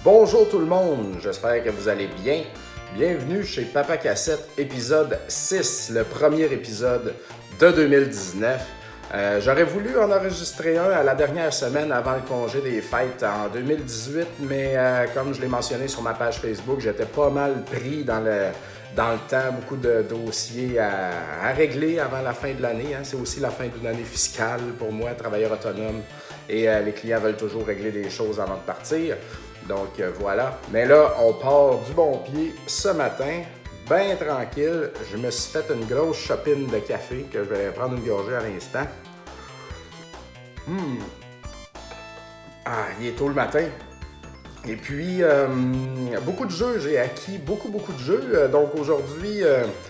Bonjour tout le monde, j'espère que vous allez bien. Bienvenue chez Papa Cassette, épisode 6, le premier épisode de 2019. J'aurais voulu en enregistrer un à la dernière semaine avant le congé des fêtes en 2018, mais comme je l'ai mentionné sur ma page Facebook, j'étais pas mal pris dans le temps, beaucoup de dossiers à régler avant la fin de l'année. Hein. C'est aussi la fin d'une année fiscale pour moi, travailleur autonome, et les clients veulent toujours régler des choses avant de partir. Donc voilà. Mais là, on part du bon pied ce matin, bien tranquille. Je me suis fait une grosse chopine de café que je vais prendre une gorgée à l'instant. Ah, il est tôt le matin. Et puis, beaucoup de jeux, j'ai acquis beaucoup de jeux. Donc aujourd'hui,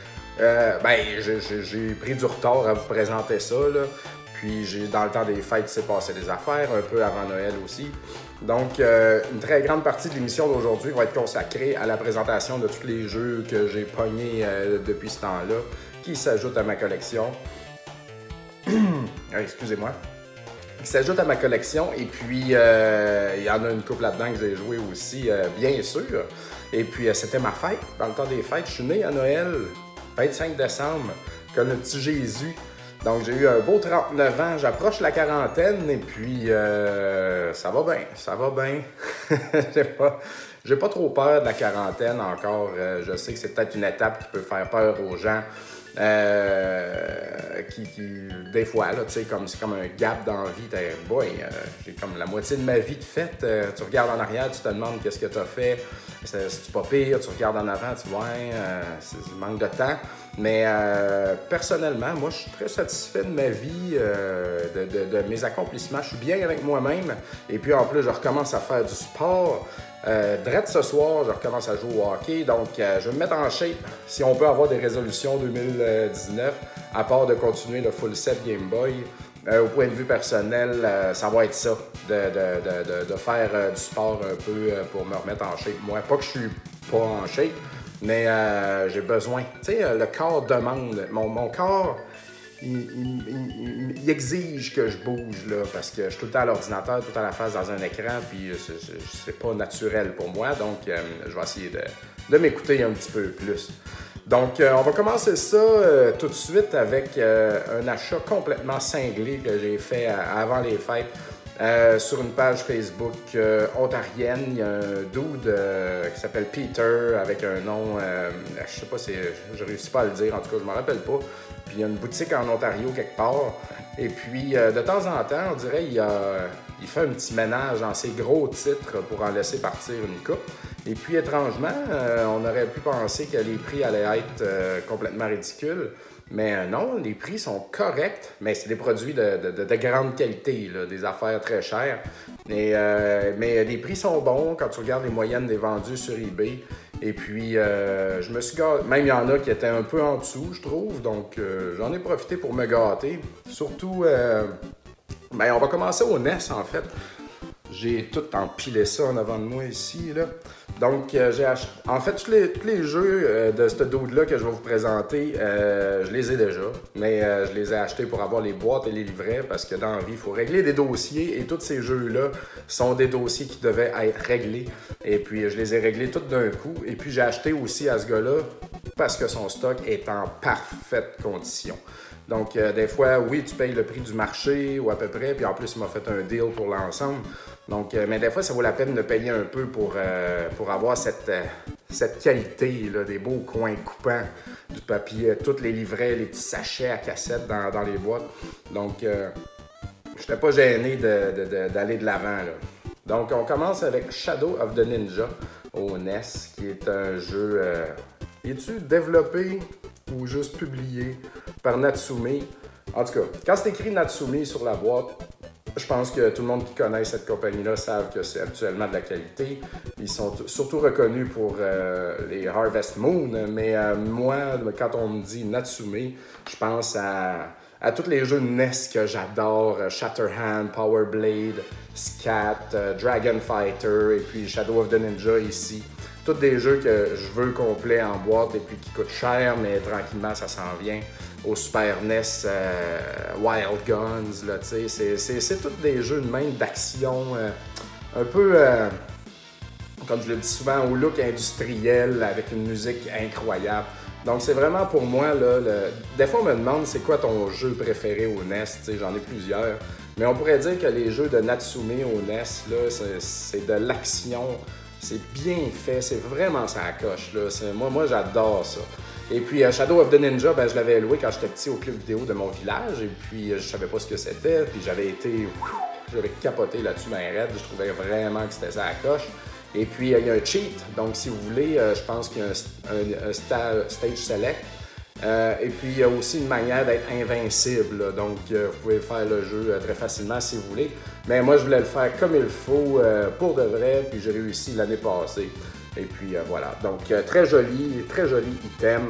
j'ai pris du retard à vous présenter ça, là. Puis, dans le temps des fêtes, il s'est passé des affaires, un peu avant Noël aussi. Donc, une très grande partie de l'émission d'aujourd'hui va être consacrée à la présentation de tous les jeux que j'ai pognés depuis ce temps-là, qui s'ajoutent à ma collection. Excusez-moi. Qui s'ajoute à ma collection. Et puis, il y en a une couple là-dedans que j'ai joué aussi, bien sûr. Et puis, c'était ma fête. Dans le temps des fêtes, je suis né à Noël, 25 décembre, comme le petit Jésus. Donc, j'ai eu un beau 39 ans. J'approche la quarantaine et puis, ça va bien. J'ai pas trop peur de la quarantaine encore. Je sais que c'est peut-être une étape qui peut faire peur aux gens. Des fois, là, tu sais, c'est comme un gap dans la vie. J'ai comme la moitié de ma vie de faite. Tu regardes en arrière, tu te demandes qu'est-ce que tu as fait. C'est pas pire. Tu regardes en avant, tu vois, c'est du manque de temps. Mais personnellement, moi, je suis très satisfait de ma vie, de mes accomplissements. Je suis bien avec moi-même. Et puis, en plus, je recommence à faire du sport. Drette ce soir, je recommence à jouer au hockey, donc je vais me mettre en shape si on peut avoir des résolutions 2019, à part de continuer le full set Game Boy. Au point de vue personnel, ça va être ça, de faire du sport un peu pour me remettre en shape. Moi, pas que je suis pas en shape, mais j'ai besoin. Tu sais, le corps demande, mon corps... Il exige que je bouge, là, parce que je suis tout le temps à l'ordinateur, tout le temps à la face dans un écran, puis c'est pas naturel pour moi, donc je vais essayer de m'écouter un petit peu plus. Donc, on va commencer ça tout de suite avec un achat complètement cinglé que j'ai fait avant les fêtes. Sur une page Facebook ontarienne, il y a un dude qui s'appelle Peter avec un nom, je sais pas si je réussis pas à le dire, en tout cas je m'en rappelle pas. Puis il y a une boutique en Ontario quelque part. Et puis de temps en temps, on dirait il fait un petit ménage dans ses gros titres pour en laisser partir une coupe. Et puis étrangement, on aurait pu penser que les prix allaient être complètement ridicules. Mais non, les prix sont corrects, mais c'est des produits de grande qualité, là, des affaires très chères. Mais les prix sont bons quand tu regardes les moyennes des vendus sur eBay. Et puis, je me suis gâté. Même il y en a qui étaient un peu en dessous, je trouve. Donc, j'en ai profité pour me gâter. Surtout, on va commencer au NES, en fait. J'ai tout empilé ça en avant de moi ici, là. Donc, j'ai acheté... En fait, tous les jeux de ce dude-là que je vais vous présenter, je les ai déjà. Mais je les ai achetés pour avoir les boîtes et les livrets parce que dans la vie, il faut régler des dossiers. Et tous ces jeux-là sont des dossiers qui devaient être réglés. Et puis, je les ai réglés tous d'un coup. Et puis, j'ai acheté aussi à ce gars-là parce que son stock est en parfaite condition. Donc, des fois, oui, tu payes le prix du marché ou à peu près, puis en plus, il m'a fait un deal pour l'ensemble. Donc, mais des fois, ça vaut la peine de payer un peu pour avoir cette qualité, là, des beaux coins coupants, du papier, tous les livrets, les petits sachets à cassette dans les boîtes. Donc, je n'étais pas gêné d'aller de l'avant, là. Donc, on commence avec Shadow of the Ninja au NES, qui est un jeu... est-tu développé ou juste publié par Natsume? En tout cas, quand c'est écrit Natsume sur la boîte, je pense que tout le monde qui connaît cette compagnie-là savent que c'est actuellement de la qualité. Ils sont surtout reconnus pour les Harvest Moon, mais moi, quand on me dit Natsume, je pense à tous les jeux NES que j'adore, Shatterhand, Power Blade, Scat, Dragon Fighter et puis Shadow of the Ninja ici. Tous des jeux que je veux complets en boîte et puis qui coûtent cher, mais tranquillement, ça s'en vient. Au Super NES, Wild Guns, là, tu sais, c'est tous des jeux de même d'action, un peu comme je le dis souvent, au look industriel avec une musique incroyable. Donc c'est vraiment pour moi, là, des fois on me demande c'est quoi ton jeu préféré au NES, j'en ai plusieurs. Mais on pourrait dire que les jeux de Natsume au NES, là, c'est de l'action, c'est bien fait, c'est vraiment ça coche. Là. Moi j'adore ça. Et puis Shadow of the Ninja, je l'avais loué quand j'étais petit au club vidéo de mon village. Et puis je savais pas ce que c'était. Puis j'avais capoté là-dessus ben raide. Je trouvais vraiment que c'était ça à coche. Et puis il y a un cheat. Donc si vous voulez, je pense qu'il y a un stage select. Et puis il y a aussi une manière d'être invincible. Là. Donc vous pouvez faire le jeu très facilement si vous voulez. Mais moi je voulais le faire comme il faut pour de vrai. Puis j'ai réussi l'année passée. Et puis voilà, donc très joli item.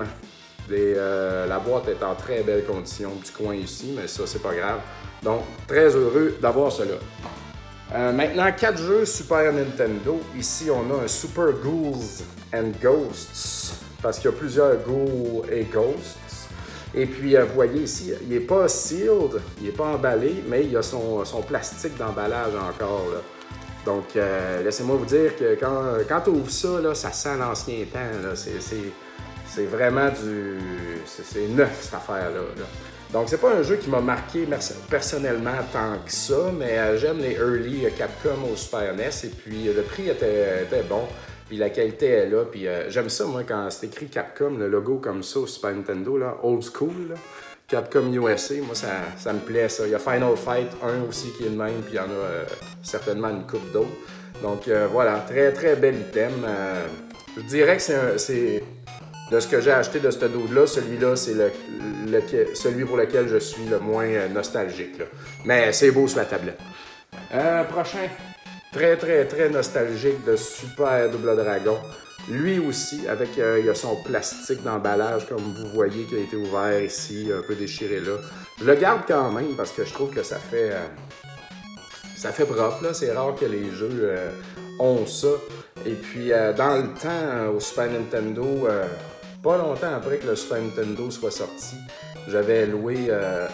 La boîte est en très belle condition, petit coin ici, mais ça c'est pas grave. Donc très heureux d'avoir cela. Maintenant, 4 jeux Super Nintendo. Ici on a un Super Ghouls and Ghosts, parce qu'il y a plusieurs Ghouls et Ghosts. Et puis vous voyez ici, il n'est pas sealed, il n'est pas emballé, mais il y a son plastique d'emballage encore là. Donc, laissez-moi vous dire que quand tu ouvres ça, là, ça sent l'ancien temps. Là. C'est vraiment c'est neuf, cette affaire-là. Là. Donc, c'est pas un jeu qui m'a marqué personnellement tant que ça, mais j'aime les early Capcom au Super NES. Et puis, le prix était bon, puis la qualité est là. Puis, j'aime ça, moi, quand c'est écrit Capcom, le logo comme ça au Super Nintendo, là, old school. Là. Capcom USA, moi ça me plaît ça. Il y a Final Fight 1 aussi qui est le même, puis il y en a certainement une coupe d'autres. Donc voilà, très très bel item. Je dirais que c'est de ce que j'ai acheté de ce dude-là, celui-là c'est celui pour lequel je suis le moins nostalgique. Là. Mais c'est beau sur la tablette. Prochain, très très très nostalgique de Super Double Dragon. Lui aussi, avec il y a son plastique d'emballage, comme vous voyez, qui a été ouvert ici, un peu déchiré là. Je le garde quand même parce que je trouve que ça fait propre. Là. C'est rare que les jeux ont ça. Et puis, dans le temps, au Super Nintendo, pas longtemps après que le Super Nintendo soit sorti, j'avais loué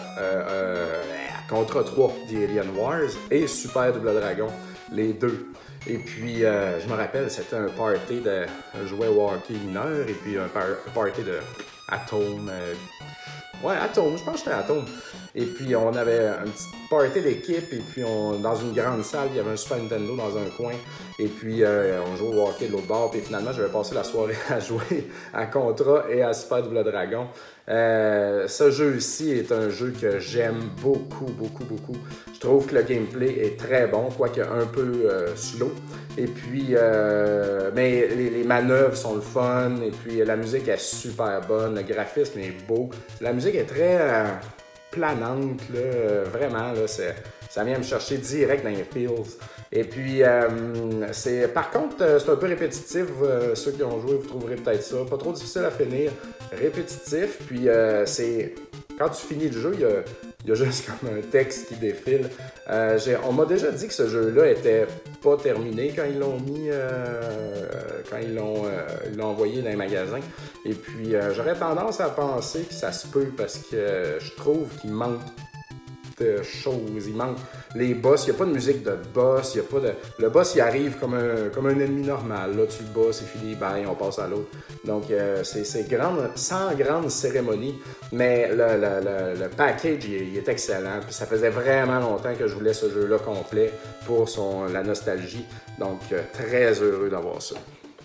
Contra 3 d'Alien Wars et Super Double Dragon, les deux. Et puis, je me rappelle, c'était un party de jouets hockey mineur et puis un party de Atom. Atom, je pense que c'était Atom. Et puis, on avait un petit party d'équipe et puis dans une grande salle, il y avait un Super Nintendo dans un coin. Et puis, on jouait au hockey de l'autre bord. Puis finalement, j'avais passé la soirée à jouer à Contra et à Super Double Dragon. Ce jeu-ci est un jeu que j'aime beaucoup, beaucoup, beaucoup. Je trouve que le gameplay est très bon, quoique un peu slow. Et puis, mais les manœuvres sont le fun. Et puis, la musique est super bonne. Le graphisme est beau. La musique est très planante, là. Vraiment, là, ça vient me chercher direct dans les feels. Et puis, par contre, c'est un peu répétitif. Ceux qui ont joué, vous trouverez peut-être ça. Pas trop difficile à finir. Répétitif. Puis, quand tu finis le jeu, il y a juste comme un texte qui défile. On m'a déjà dit que ce jeu-là était pas terminé quand ils l'ont mis, quand ils l'ont envoyé dans les magasins. Et puis, j'aurais tendance à penser que ça se peut parce que je trouve qu'il manque de choses. Il manque les boss. Il n'y a pas de musique de boss. Le boss, il arrive comme un ennemi normal. Là, tu le bats, c'est fini, bye, on passe à l'autre. Donc, c'est sans grande cérémonie. Mais le package, il est excellent. Puis ça faisait vraiment longtemps que je voulais ce jeu-là complet pour la nostalgie. Donc, très heureux d'avoir ça.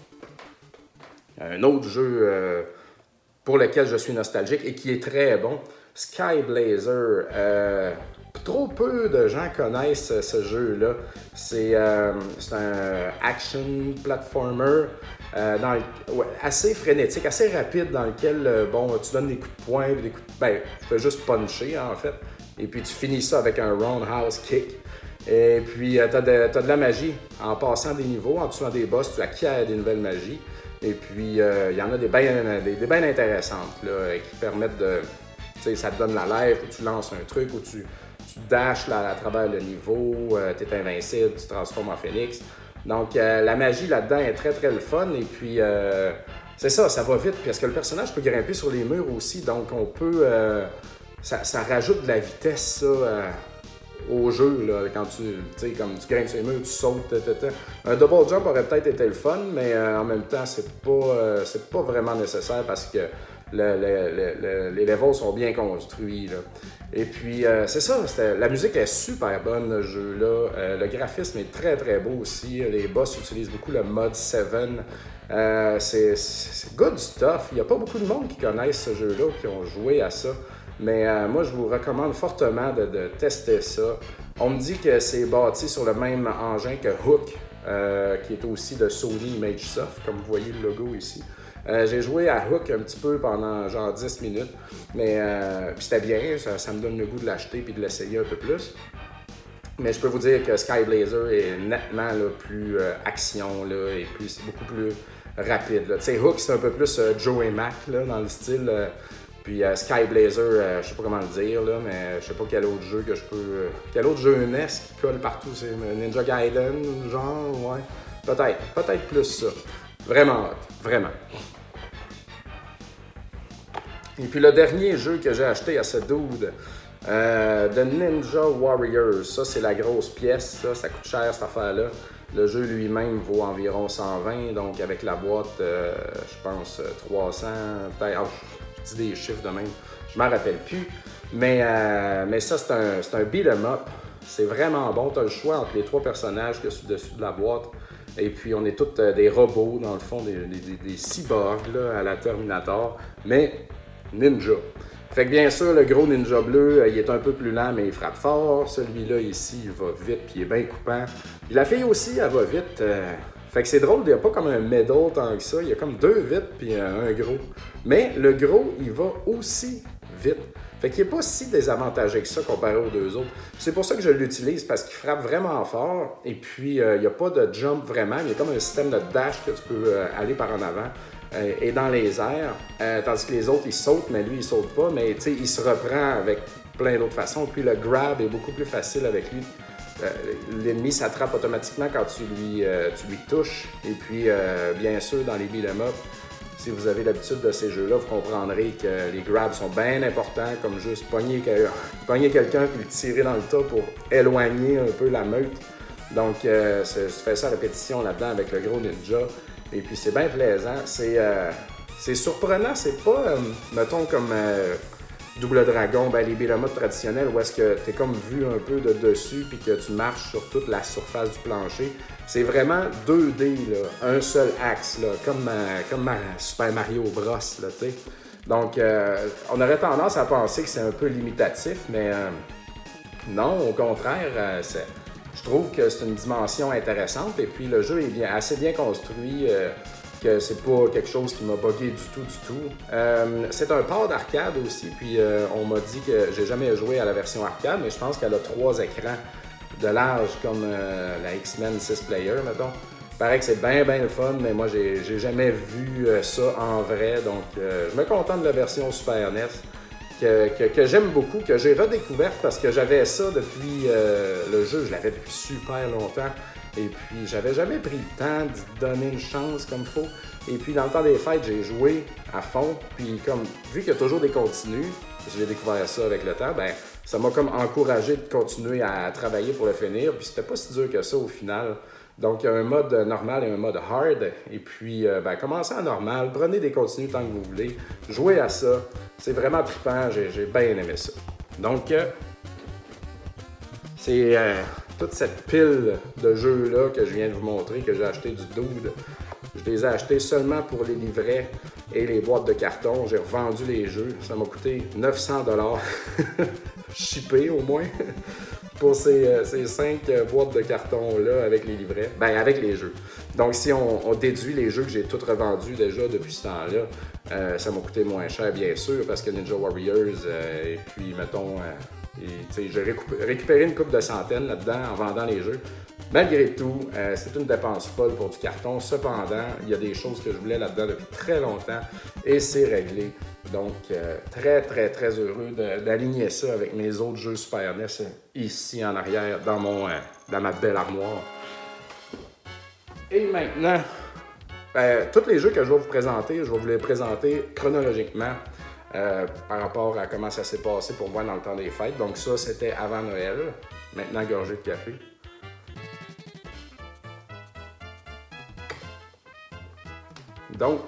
Un autre jeu pour lequel je suis nostalgique et qui est très bon, Sky Blazer. Trop peu de gens connaissent ce jeu-là. C'est un action platformer assez frénétique, assez rapide, dans lequel tu donnes des coups de poing, tu fais juste puncher en fait. Et puis tu finis ça avec un roundhouse kick. Et puis t'as de la magie. En passant des niveaux, en tuant des boss, tu acquiers des nouvelles magies. Et puis il y en a des bien intéressantes là, qui permettent de... ça te donne la lèvre, ou tu lances un truc, ou tu dashes à travers le niveau, tu es invincible, tu te transformes en phénix. Donc, la magie là-dedans est très, très le fun. Et puis, c'est ça va vite, parce que le personnage peut grimper sur les murs aussi. Donc, on peut... ça rajoute de la vitesse, ça, au jeu, là, quand tu sais, comme tu grimpes sur les murs, tu sautes, Un double jump aurait peut-être été le fun, mais en même temps, c'est pas vraiment nécessaire parce que les levels sont bien construits, là. Et puis, c'est ça, la musique est super bonne, le jeu-là. Le graphisme est très, très beau aussi. Les boss utilisent beaucoup le mode 7. C'est good stuff. Il n'y a pas beaucoup de monde qui connaissent ce jeu-là, qui ont joué à ça. Mais moi, je vous recommande fortement de tester ça. On me dit que c'est bâti sur le même engin que Hook, qui est aussi de Sony ImageSoft, comme vous voyez le logo ici. J'ai joué à Hook un petit peu pendant genre 10 minutes, mais c'était bien, ça me donne le goût de l'acheter et de l'essayer un peu plus. Mais je peux vous dire que Sky Blazer est nettement là, plus action là, et c'est beaucoup plus rapide. Tu sais, Hook, c'est un peu plus Joe et Mac là, dans le style. Puis Sky Blazer, je sais pas comment le dire, là, mais je sais pas quel autre jeu que je peux. Quel autre jeu NES qui colle partout, c'est Ninja Gaiden, genre, ouais. Peut-être plus ça. Vraiment hot, vraiment. Et puis le dernier jeu que j'ai acheté à ce dude, The Ninja Warriors. Ça, c'est la grosse pièce, ça coûte cher cette affaire-là. Le jeu lui-même vaut environ 120, donc avec la boîte, je pense 300, peut-être. Je dis des chiffres de même, je m'en rappelle plus. Mais ça, c'est un beat 'em up. C'est vraiment bon. Tu as le choix entre les 3 personnages que sur le dessus de la boîte. Et puis, on est tous des robots, dans le fond, des cyborgs là, à la Terminator, mais ninja. Fait que bien sûr, le gros ninja bleu, il est un peu plus lent, mais il frappe fort. Celui-là ici, il va vite, puis il est bien coupant. Puis la fille aussi, elle va vite. Fait que c'est drôle, il n'y a pas comme un middle tant que ça. Il y a comme 2 vite, puis un gros. Mais le gros, il va aussi vite. Fait qu'il n'est pas si désavantagé que ça comparé aux 2 autres. C'est pour ça que je l'utilise, parce qu'il frappe vraiment fort. Et puis, il n'y a pas de jump vraiment. Il y a comme un système de dash que tu peux aller par en avant. Et dans les airs, tandis que les autres, ils sautent, mais lui, il saute pas. Mais tu sais, il se reprend avec plein d'autres façons. Puis le grab est beaucoup plus facile avec lui. L'ennemi s'attrape automatiquement quand tu lui touches. Et puis, bien sûr, dans les beat'em up, si vous avez l'habitude de ces jeux-là, vous comprendrez que les grabs sont bien importants, comme juste pogner quelqu'un puis le tirer dans le tas pour éloigner un peu la meute. Donc, je fais ça à répétition là-dedans avec le gros ninja. Et puis, c'est bien plaisant. C'est surprenant. C'est pas, mettons, comme Double Dragon, les beat'em up traditionnels où est-ce que tu es comme vu un peu de dessus puis que tu marches sur toute la surface du plancher. C'est vraiment 2D, là, un seul axe, là, comme Super Mario Bros. Là, t'sais. Donc, on aurait tendance à penser que c'est un peu limitatif, mais non, au contraire, je trouve que c'est une dimension intéressante et puis le jeu est assez bien construit. Que c'est pas quelque chose qui m'a buggé du tout. C'est un port d'arcade aussi, puis on m'a dit que j'ai jamais joué à la version arcade, mais je pense qu'elle a 3 écrans de large comme la X-Men 6-player, mettons. Il paraît que c'est bien le fun, mais moi j'ai jamais vu ça en vrai, donc je me contente de la version Super NES que j'aime beaucoup, que j'ai redécouverte parce que j'avais ça depuis le jeu, je l'avais depuis super longtemps. Et puis, j'avais jamais pris le temps d'y donner une chance comme il faut. Et puis, dans le temps des fêtes, j'ai joué à fond. Puis, comme vu qu'il y a toujours des continues, j'ai découvert ça avec le temps, ça m'a comme encouragé de continuer à travailler pour le finir. Puis, c'était pas si dur que ça au final. Donc, il y a un mode normal et un mode hard. Et puis, commencez en normal, prenez des continues tant que vous voulez. Jouez à ça. C'est vraiment trippant. J'ai bien aimé ça. Donc, c'est toute cette pile de jeux-là que je viens de vous montrer, que j'ai acheté du dude. Je les ai achetés seulement pour les livrets et les boîtes de carton. J'ai revendu les jeux. Ça m'a coûté 900 $, shippé au moins, pour ces 5 boîtes de carton-là avec les livrets. Avec les jeux. Donc, si on déduit les jeux que j'ai tous revendus déjà depuis ce temps-là, ça m'a coûté moins cher, bien sûr, parce que Ninja Warriors, et puis, mettons... j'ai récupéré une couple de centaines là-dedans en vendant les jeux. Malgré tout, c'est une dépense folle pour du carton. Cependant, il y a des choses que je voulais là-dedans depuis très longtemps et c'est réglé. Donc, très, très, très heureux d'aligner ça avec mes autres jeux Super NES ici en arrière dans ma belle armoire. Et maintenant, tous les jeux que je vais vous présenter, je vais vous les présenter chronologiquement. Par rapport à comment ça s'est passé pour moi dans le temps des fêtes. Donc ça, c'était avant Noël. Maintenant, gorgée de café. Donc,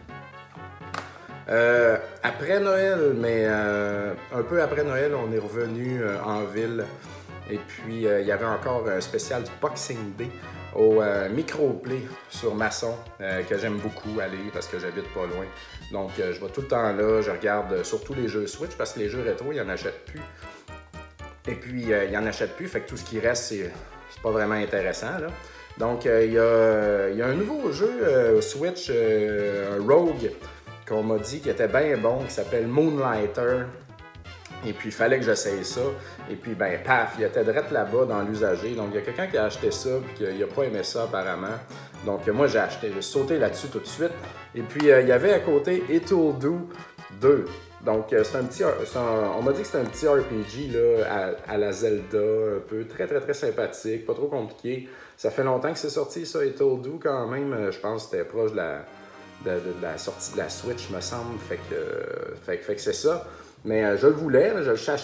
après Noël, mais un peu après Noël, on est revenu en ville. Et puis, il y avait encore un spécial du Boxing Day au Microplay sur Masson, que j'aime beaucoup aller parce que j'habite pas loin. Donc, je vais tout le temps là, je regarde surtout les jeux Switch parce que les jeux rétro, il n'y en achète plus. Et puis, il n'y en achète plus, fait que tout ce qui reste, c'est pas vraiment intéressant, là. Donc, il y a un nouveau jeu Switch, un Rogue, qu'on m'a dit qui était bien bon, qui s'appelle Moonlighter. Et puis, il fallait que j'essaye ça. Et puis, ben, paf, il était direct là-bas dans l'usager. Donc, il y a quelqu'un qui a acheté ça puis qui n'a pas aimé ça apparemment. Donc, moi, j'ai sauté là-dessus tout de suite. Et puis, il y avait à côté It Will Do 2. Donc, c'est un petit... on m'a dit que c'est un petit RPG là, à la Zelda, un peu très, très, très sympathique, pas trop compliqué. Ça fait longtemps que c'est sorti, ça, It Will Do, quand même. Je pense que c'était proche de la sortie de la Switch, me semble. Fait que c'est ça. Mais je le voulais,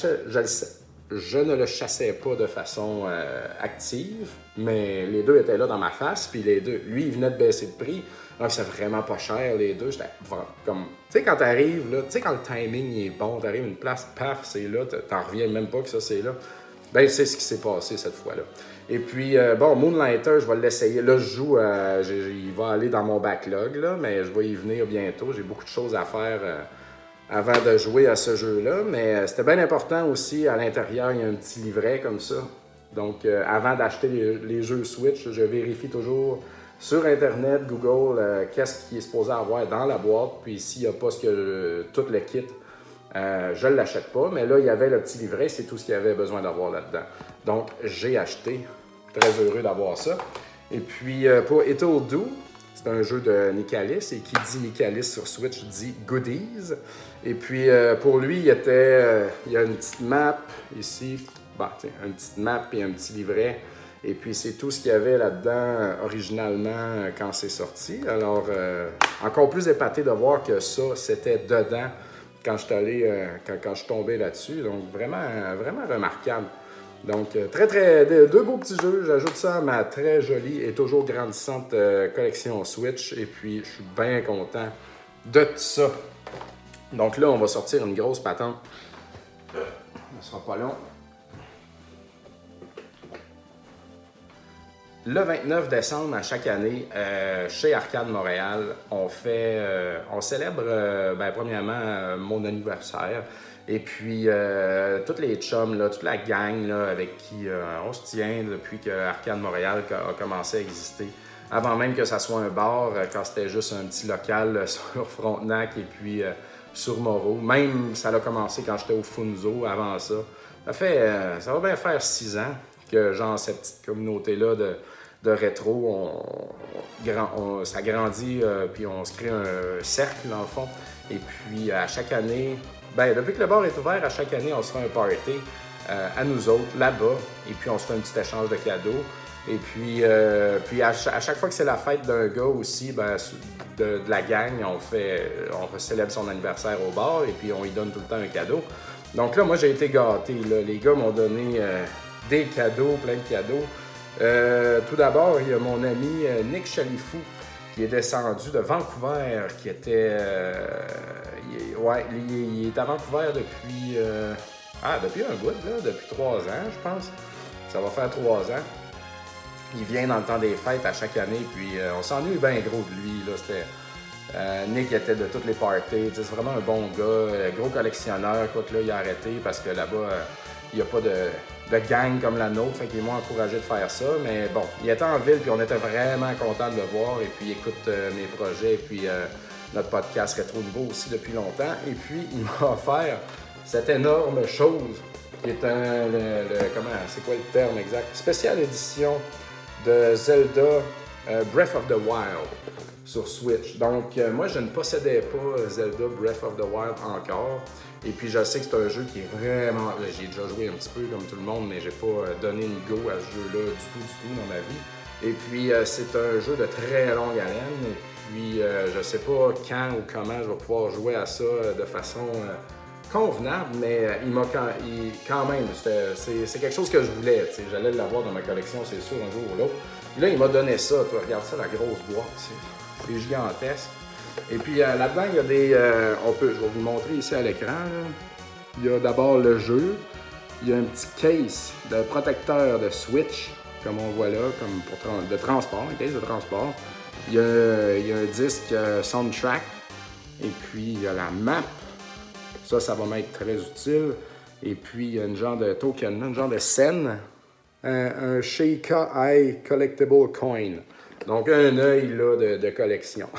je ne le chassais pas de façon active, mais les deux étaient là dans ma face, puis les deux, lui, il venait de baisser de prix, donc c'est vraiment pas cher, les deux, j'étais comme, tu sais, quand t'arrives, là, tu sais, quand le timing est bon, t'arrives à une place, paf, c'est là, t'en reviens même pas que ça, c'est là, ben c'est ce qui s'est passé cette fois-là. Et puis, bon, Moonlighter, je vais l'essayer, là, je joue, il va aller dans mon backlog, là, mais je vais y venir bientôt, j'ai beaucoup de choses à faire, avant de jouer à ce jeu-là, mais c'était bien important aussi, à l'intérieur, il y a un petit livret comme ça. Donc, avant d'acheter les jeux Switch, je vérifie toujours sur Internet, Google, qu'est-ce qui est supposé avoir dans la boîte, puis s'il n'y a pas tout le kit, je ne l'achète pas, mais là, il y avait le petit livret, c'est tout ce qu'il y avait besoin d'avoir là-dedans. Donc, j'ai acheté, très heureux d'avoir ça. Et puis, pour It Will Do, c'est un jeu de Nicalis, et qui dit Nicalis sur Switch dit Goodies. Et puis, pour lui, il y a une petite map ici, une petite map et un petit livret. Et puis, c'est tout ce qu'il y avait là-dedans originalement quand c'est sorti. Alors, encore plus épaté de voir que ça, c'était dedans quand je suis tombé là-dessus. Donc, vraiment, vraiment remarquable. Donc, deux beaux petits jeux. J'ajoute ça à ma très jolie et toujours grandissante collection Switch. Et puis, je suis bien content de tout ça. Donc là, on va sortir une grosse patente. Ça sera pas long. Le 29 décembre, à chaque année, chez Arcade Montréal, on célèbre, premièrement, mon anniversaire. Et puis, tous les chums, là, toute la gang là, avec qui on se tient depuis que Arcade Montréal a commencé à exister. Avant même que ça soit un bar, quand c'était juste un petit local sur Frontenac et puis sur Moreau. Même, ça a commencé quand j'étais au Funzo, avant ça. Ça va bien faire 6 ans que, genre, cette petite communauté-là de rétro, ça grandit, puis on se crée un cercle, dans le fond. Et puis, à chaque année, depuis que le bar est ouvert, à chaque année, on se fait un party à nous autres, là-bas. Et puis, on se fait un petit échange de cadeaux. Et puis à chaque fois que c'est la fête d'un gars aussi, de la gang, on célèbre son anniversaire au bar et puis on lui donne tout le temps un cadeau. Donc là, moi, j'ai été gâté. Là. Les gars m'ont donné des cadeaux, plein de cadeaux. Tout d'abord, il y a mon ami Nick Chalifou qui est descendu de Vancouver, qui était... il est à Vancouver depuis un bout, là, depuis 3 ans, je pense. Ça va faire 3 ans. Il vient dans le temps des fêtes à chaque année, puis on s'ennuie bien gros de lui. Là, Nick était de toutes les parties. C'est vraiment un bon gars, gros collectionneur. Quoique là, il a arrêté parce que là-bas, il n'y a pas de gang comme la nôtre. Fait qu'ils m'ont encouragé de faire ça. Mais bon, il était en ville, puis on était vraiment contents de le voir. Et puis, il écoute mes projets, et puis notre podcast Rétro Nouveau aussi depuis longtemps. Et puis, il m'a offert cette énorme chose qui est c'est quoi le terme exact? Spéciale édition de Zelda Breath of the Wild sur Switch. Donc, moi, je ne possédais pas Zelda Breath of the Wild encore. Et puis, je sais que c'est un jeu qui est vraiment... J'ai déjà joué un petit peu comme tout le monde, mais j'ai pas donné une go à ce jeu-là du tout dans ma vie. Et puis, c'est un jeu de très longue haleine. Et puis, je sais pas quand ou comment je vais pouvoir jouer à ça de façon convenable, mais quand même, c'est quelque chose que je voulais. J'allais l'avoir dans ma collection, c'est sûr, un jour ou l'autre. Puis là, il m'a donné ça. Toi, regarde ça, la grosse boîte. C'est gigantesque. Et puis là-dedans, il y a des... je vais vous le montrer ici à l'écran. Il y a d'abord le jeu. Il y a un petit case de protecteur de Switch, comme on voit là, comme de transport, un case de transport. Il y a un disque soundtrack. Et puis, il y a la map. Ça va m'être très utile. Et puis, il y a une genre de token, une genre de scène. Un Sheikah Eye Collectible Coin. Donc, un œil là, de collection.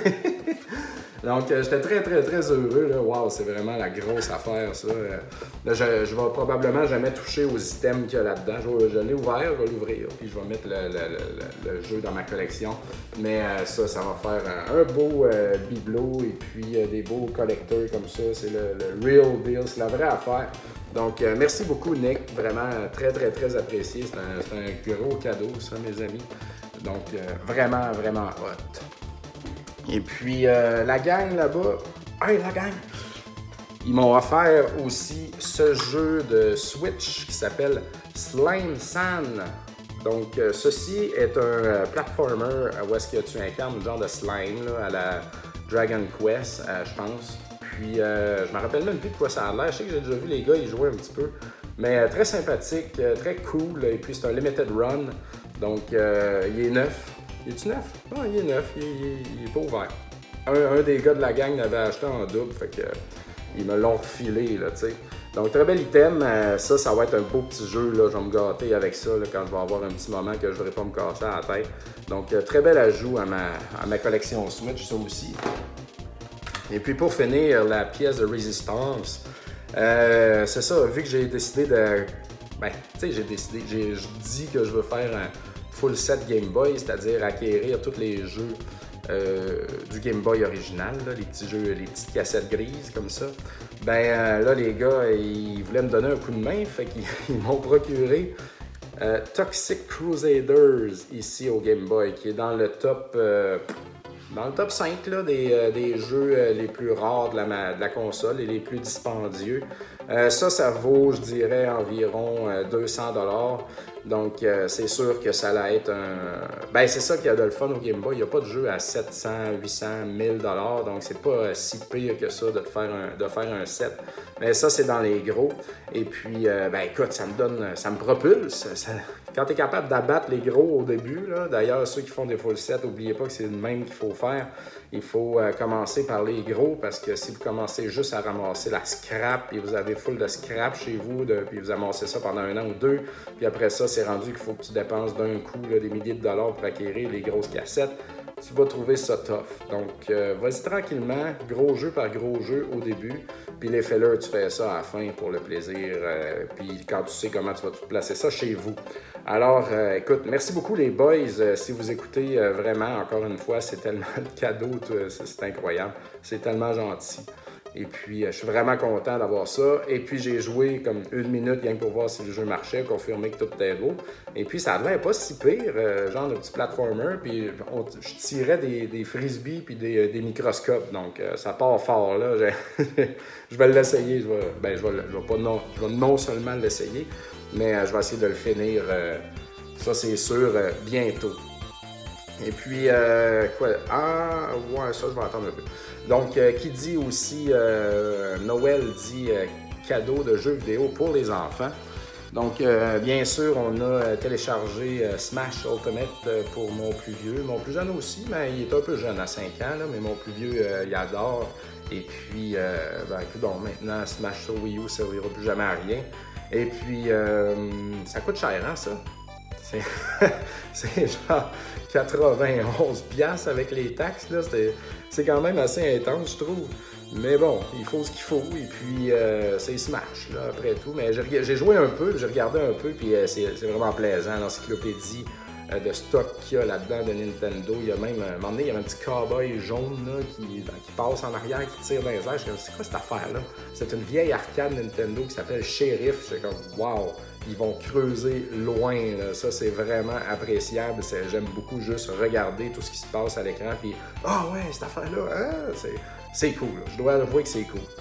Donc, j'étais très, très, très heureux. Là. Wow, c'est vraiment la grosse affaire, ça. Là, je vais probablement jamais toucher aux items qu'il y a là-dedans. Je l'ai ouvert, je vais l'ouvrir, puis je vais mettre le jeu dans ma collection. Mais ça va faire un beau bibelot et puis des beaux collecteurs comme ça. C'est le real deal, c'est la vraie affaire. Donc, merci beaucoup, Nick. Vraiment très, très, très apprécié. C'est un gros cadeau, ça, mes amis. Donc, vraiment, vraiment hot. Et puis, la gang là-bas, hey, la gang! Ils m'ont offert aussi ce jeu de Switch qui s'appelle Slime San. Donc, ceci est un platformer où est-ce que tu incarnes un genre de slime là, à la Dragon Quest, je pense. Puis, je me rappelle même plus de quoi ça a l'air. Je sais que j'ai déjà vu les gars y jouer un petit peu. Mais très sympathique, très cool. Et puis, c'est un limited run. Donc, il est neuf. Il est-tu neuf? Non, il est neuf. Il est pas ouvert. Un des gars de la gang l'avait acheté en double. Fait que ils me l'ont refilé, là, tu sais. Donc, très bel item. Ça va être un beau petit jeu, là. Je vais me gâter avec ça, là, quand je vais avoir un petit moment que je ne voudrais pas me casser à la tête. Donc, très bel ajout à ma collection Switch, ça aussi. Et puis, pour finir, la pièce de résistance. C'est ça, vu que j'ai décidé de... Ben, tu sais, je dis que je veux faire un full set Game Boy, c'est-à-dire acquérir tous les jeux du Game Boy original, là, les petits jeux, les petites cassettes grises comme ça. Ben là, les gars, ils voulaient me donner un coup de main, fait qu'ils m'ont procuré Toxic Crusaders ici au Game Boy, qui est dans le top 5 là, des jeux les plus rares de la console et les plus dispendieux. Ça vaut, je dirais, environ 200$. Donc, c'est sûr que ça allait être un... Ben, c'est ça qu'il y a de le fun au Game Boy. Il n'y a pas de jeu à 700, 800, 1000$. Donc, c'est pas si pire que ça de faire un set. Mais ça, c'est dans les gros. Et puis, ben, écoute, ça me propulse. Quand tu es capable d'abattre les gros au début, là, d'ailleurs, ceux qui font des full sets, n'oubliez pas que c'est le même qu'il faut faire. Il faut commencer par les gros parce que si vous commencez juste à ramasser la scrap et vous avez full de scrap chez vous, puis vous amassez ça pendant 1 an ou 2, puis après ça, c'est rendu qu'il faut que tu dépenses d'un coup là, des milliers de dollars pour acquérir les grosses cassettes, tu vas trouver ça tough. Donc, vas-y tranquillement, gros jeu par gros jeu au début, puis les fillers, tu fais ça à la fin pour le plaisir, puis quand tu sais comment tu vas tout placer ça chez vous. Alors, écoute, merci beaucoup les boys. Si vous écoutez vraiment, encore une fois, c'est tellement de cadeaux, c'est incroyable. C'est tellement gentil. Et puis, je suis vraiment content d'avoir ça. Et puis, j'ai joué comme 1 minute rien que pour voir si le jeu marchait, confirmer que tout était beau. Et puis, ça a l'air pas si pire, genre de petit platformer. Puis, je tirais des frisbees puis des microscopes. Donc, ça part fort, là. Je vais l'essayer. Je vais non seulement l'essayer, mais je vais essayer de le finir, ça c'est sûr, bientôt. Et puis, quoi? Ah, ouais, ça, je vais attendre un peu. Donc, qui dit aussi, Noël dit cadeau de jeux vidéo pour les enfants. Donc, bien sûr, on a téléchargé Smash Ultimate pour mon plus vieux. Mon plus jeune aussi, mais il est un peu jeune, à 5 ans, là, mais mon plus vieux, il adore. Et puis, bon, maintenant, Smash sur Wii U, ça ne servira plus jamais à rien. Et puis, ça coûte cher, hein, ça? C'est genre 91$ avec les taxes, là. C'est quand même assez intense, je trouve. Mais bon, il faut ce qu'il faut. Et puis, c'est Smash, là, après tout. Mais j'ai joué un peu, j'ai regardé un peu, puis c'est vraiment plaisant. L'encyclopédie de stock qu'il y a là-dedans de Nintendo. Il y a même, à un moment donné, il y avait un petit cowboy jaune là, qui passe en arrière, qui tire dans les airs. Je suis comme, c'est quoi cette affaire-là? C'est une vieille arcade Nintendo qui s'appelle Sheriff. Je suis comme, wow! Ils vont creuser loin, là. Ça c'est vraiment appréciable. J'aime beaucoup juste regarder tout ce qui se passe à l'écran. Puis, ouais, cette affaire-là, hein? C'est cool. Là. Je dois avouer que c'est cool.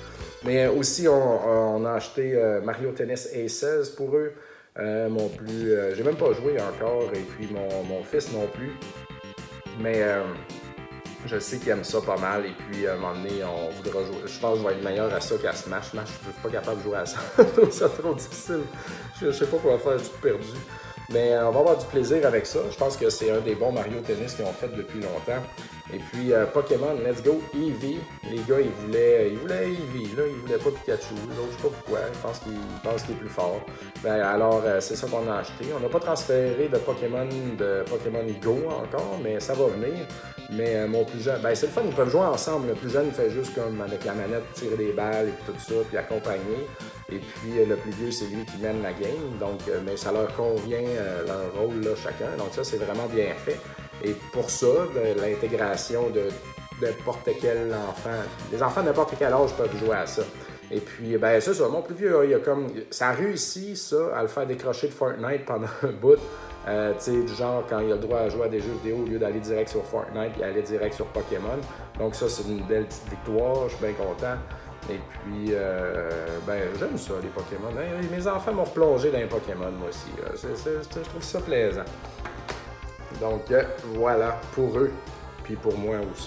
Mais aussi, on a acheté Mario Tennis Aces pour eux. J'ai même pas joué encore, et puis mon fils non plus. Mais je sais qu'il aime ça pas mal, et puis à un moment donné, on voudra jouer. Je pense que je vais être meilleur à ça qu'à Smash. Smash, je suis pas capable de jouer à ça. Je trouve ça trop difficile. Je sais pas quoi faire, je suis perdu. Mais on va avoir du plaisir avec ça. Je pense que c'est un des bons Mario Tennis qu'ils ont fait depuis longtemps. Et puis Pokémon, Let's Go Eevee. Les gars, ils voulaient Eevee, là. Ils voulaient pas Pikachu. L'autre, je sais pas pourquoi. Ils pensent qu'il est plus fort. Ben, alors, c'est ça qu'on a acheté. On n'a pas transféré de Pokémon Go encore, mais ça va venir. Mais mon plus jeune, ben c'est le fun, ils peuvent jouer ensemble. Le plus jeune, il fait juste comme avec la manette, tirer des balles et puis tout ça, puis accompagner. Et puis le plus vieux, c'est lui qui mène la game. Donc, mais ça leur convient, leur rôle là, chacun. Donc ça, c'est vraiment bien fait. Et pour ça, l'intégration de n'importe quel enfant, les enfants de n'importe quel âge peuvent jouer à ça. Et puis, ben c'est ça, mon plus vieux, ça a réussi, ça, à le faire décrocher de Fortnite pendant un bout. Tu sais, du genre, quand il a le droit à jouer à des jeux vidéo, au lieu d'aller direct sur Fortnite, il allait direct sur Pokémon. Donc ça, c'est une belle petite victoire, je suis bien content. Et puis, ben j'aime ça, les Pokémon. Mes enfants m'ont replongé dans les Pokémon, moi aussi. Je trouve ça plaisant. Donc, voilà, pour eux, puis pour moi aussi.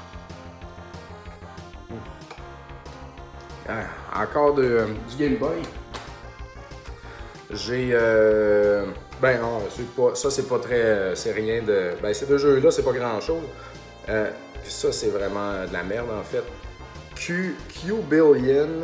Encore du Game Boy. J'ai... ben non, c'est pas très... c'est rien de... Ben ces deux jeux-là, c'est pas grand-chose. Ça, c'est vraiment de la merde, en fait. Q-Billion,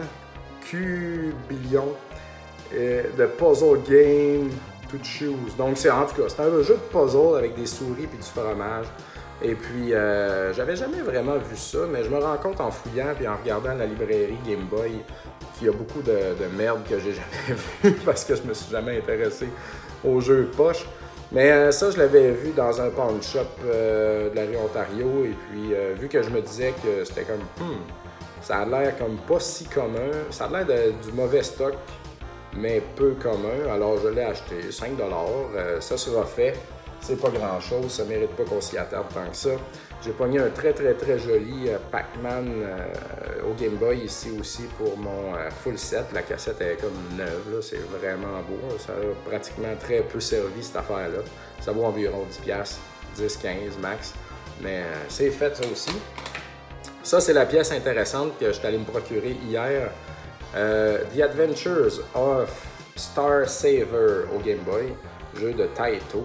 de puzzle game to choose. Donc, en tout cas, c'est un jeu de puzzle avec des souris et du fromage. Et puis, j'avais jamais vraiment vu ça, mais je me rends compte en fouillant et en regardant la librairie Game Boy qu'il y a beaucoup de merde que j'ai jamais vu parce que je me suis jamais intéressé aux jeux poche. Mais ça, je l'avais vu dans un pawn shop de la rue Ontario. Et puis, vu que je me disais que c'était comme, ça a l'air comme pas si commun, ça a l'air du mauvais stock, mais peu commun. Alors, je l'ai acheté, 5$. Ça sera fait. C'est pas grand-chose, ça mérite pas qu'on s'y attarde tant que ça. J'ai pogné un très très très joli Pac-Man au Game Boy ici aussi pour mon full set. La cassette est comme neuve, là. C'est vraiment beau. Ça a pratiquement très peu servi cette affaire-là. Ça vaut environ 10$, 10-15$ max. Mais c'est fait ça aussi. Ça, c'est la pièce intéressante que je suis allé me procurer hier. The Adventures of Star Saver au Game Boy, jeu de Taito.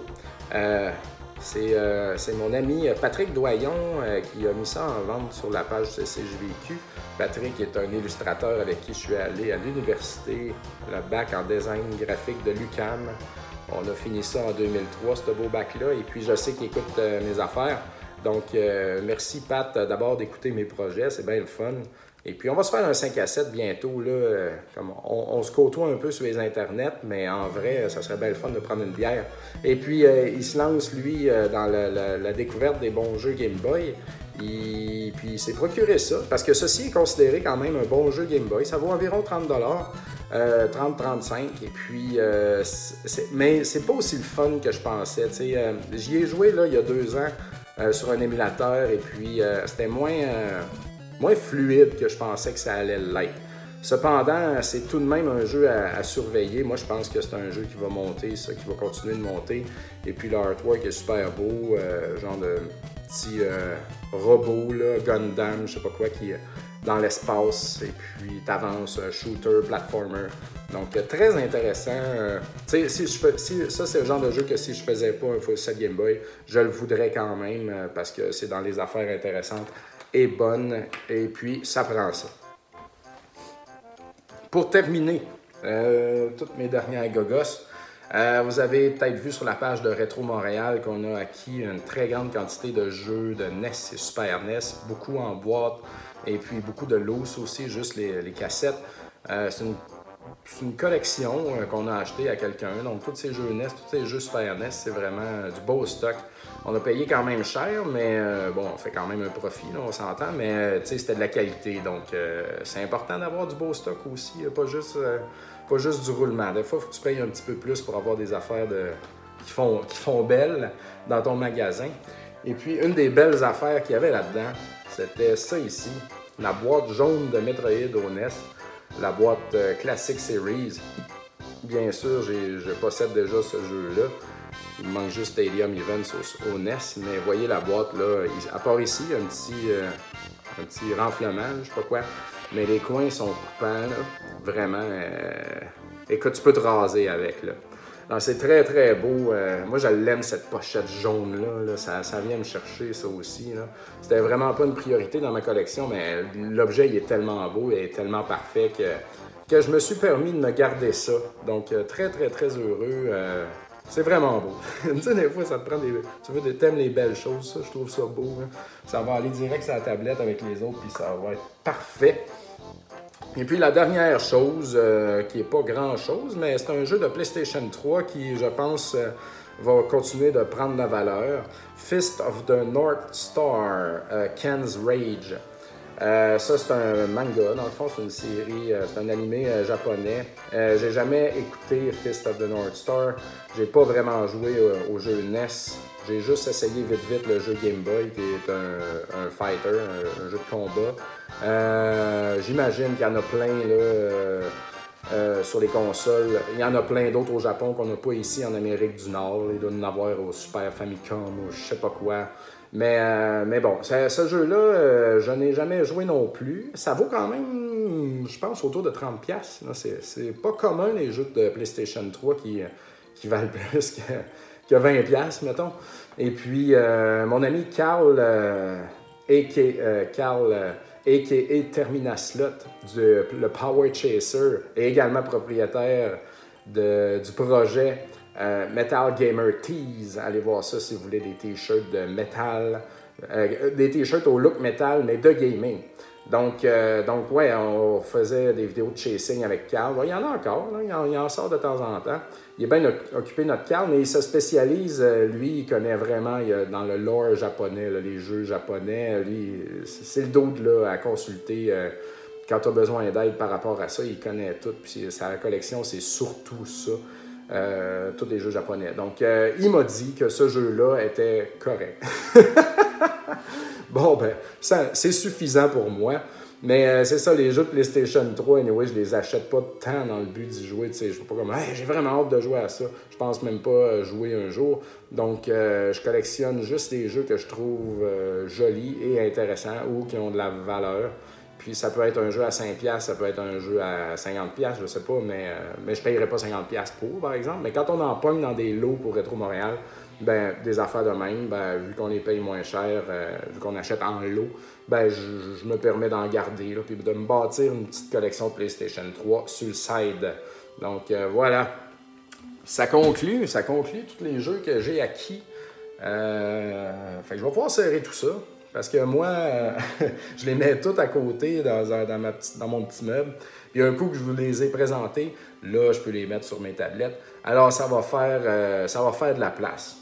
C'est mon ami Patrick Doyon qui a mis ça en vente sur la page CCJVQ. Patrick est un illustrateur avec qui je suis allé à l'université, le bac en design graphique de l'UQAM. On a fini ça en 2003, ce beau bac-là, et puis je sais qu'il écoute mes affaires. Donc, merci Pat d'abord d'écouter mes projets, c'est bien le fun. Et puis, on va se faire un 5 à 7 bientôt. Là, comme on se côtoie un peu sur les internets, mais en vrai, ça serait bien le fun de prendre une bière. Et puis, il se lance, lui, dans la découverte des bons jeux Game Boy. Puis, il s'est procuré ça, parce que ceci est considéré quand même un bon jeu Game Boy. Ça vaut environ 30$, 30-35$. Et puis, mais c'est pas aussi le fun que je pensais. J'y ai joué là, il y a 2 ans sur un émulateur, et puis c'était moins fluide que je pensais que ça allait l'être. Cependant, c'est tout de même un jeu à surveiller. Moi, je pense que c'est un jeu qui va monter, ça, qui va continuer de monter. Et puis, l'artwork est super beau, genre de petit robot, là, Gundam, je sais pas quoi, qui est dans l'espace. Et puis, t'avances, shooter, platformer. Donc, très intéressant. Tu sais, ça, c'est le genre de jeu que si je faisais pas un full set Game Boy, je le voudrais quand même, parce que c'est dans les affaires intéressantes et bonne, et puis ça prend ça. Pour terminer, toutes mes dernières gogos, vous avez peut-être vu sur la page de Rétro Montréal qu'on a acquis une très grande quantité de jeux de NES et Super NES, beaucoup en boîte, et puis beaucoup de loose aussi, juste les cassettes. C'est une collection qu'on a acheté à quelqu'un, donc tous ces jeux NES, tous ces jeux Super NES, c'est vraiment du beau stock. On a payé quand même cher, mais bon, on fait quand même un profit, là, on s'entend, mais c'était de la qualité, donc c'est important d'avoir du beau stock aussi, pas juste du roulement. Des fois, il faut que tu payes un petit peu plus pour avoir des affaires qui font belles dans ton magasin. Et puis, une des belles affaires qu'il y avait là-dedans, c'était ça ici. la boîte jaune de Metroid au NES, la boîte Classic Series. Bien sûr, je possède déjà ce jeu-là. Il me manque juste Stadium Events au NES, mais voyez la boîte là, à part ici, il y a un petit renflement, je sais pas quoi, mais les coins sont coupants, là, vraiment. Écoute, tu peux te raser avec, là. Non, c'est très très beau. Moi, je l'aime cette pochette jaune-là. Là. Ça vient me chercher, ça aussi. Là. C'était vraiment pas une priorité dans ma collection, mais l'objet, il est tellement beau, il est tellement parfait que je me suis permis de me garder ça. Donc, très très très heureux. C'est vraiment beau. Tu sais, des fois, ça te prend des... Tu veux, t'aimes les belles choses, ça, je trouve ça beau. Hein. Ça va aller direct sur la tablette avec les autres, puis ça va être parfait. Et puis la dernière chose, qui n'est pas grand-chose, mais c'est un jeu de PlayStation 3 qui, je pense, va continuer de prendre la valeur. Fist of the North Star, Ken's Rage. Ça, c'est un manga, dans le fond, c'est une série, c'est un animé japonais. J'ai jamais écouté Fist of the North Star. J'ai pas vraiment joué au jeu NES. J'ai juste essayé vite le jeu Game Boy, qui est un fighter, un jeu de combat. J'imagine qu'il y en a plein là, sur les consoles. Il y en a plein d'autres au Japon qu'on n'a pas ici en Amérique du Nord. Il doit y en avoir au Super Famicom ou je sais pas quoi. Mais bon, ce jeu-là, je n'ai jamais joué non plus. Ça vaut quand même, je pense, autour de 30$. Là, c'est pas commun les jeux de PlayStation 3 qui valent plus que 20$, mettons. Et puis, mon ami Carl, a.k.a. Terminaslot, le Power Chaser, est également propriétaire du projet Metal Gamer Tees. Allez voir ça si vous voulez des t-shirts de métal, des t-shirts au look métal, mais de gaming. Donc ouais, on faisait des vidéos de chasing avec Carl. Il y en a encore, là, il en sort de temps en temps. Il est bien occupé, notre Carl, mais il se spécialise, lui, il connaît vraiment dans le lore japonais, là, les jeux japonais. Lui, c'est le dude là, à consulter quand tu as besoin d'aide par rapport à ça. Il connaît tout, puis sa collection, c'est surtout ça. Tous les jeux japonais. Donc, il m'a dit que ce jeu-là était correct. Bon, ben, c'est suffisant pour moi. Mais c'est ça, les jeux de PlayStation 3, anyway, je les achète pas tant dans le but d'y jouer. Tu sais, je ne pas comme, hey, j'ai vraiment hâte de jouer à ça. Je pense même pas jouer un jour. Donc, je collectionne juste les jeux que je trouve jolis et intéressants ou qui ont de la valeur. Puis ça peut être un jeu à 5$, ça peut être un jeu à 50$, je sais pas, mais je ne payerais pas 50$ pour, par exemple. Mais quand on en pogne dans des lots pour Rétro Montréal, ben, des affaires de même, ben, vu qu'on les paye moins cher, vu qu'on achète en lot, ben, je me permets d'en garder, là, puis de me bâtir une petite collection de PlayStation 3 sur le side. Donc voilà, ça conclut tous les jeux que j'ai acquis. Fait que je vais pouvoir serrer tout ça. Parce que moi, je les mets tous à côté dans mon petit meuble. Puis un coup que je vous les ai présentés, là, je peux les mettre sur mes tablettes. Alors, ça va faire de la place.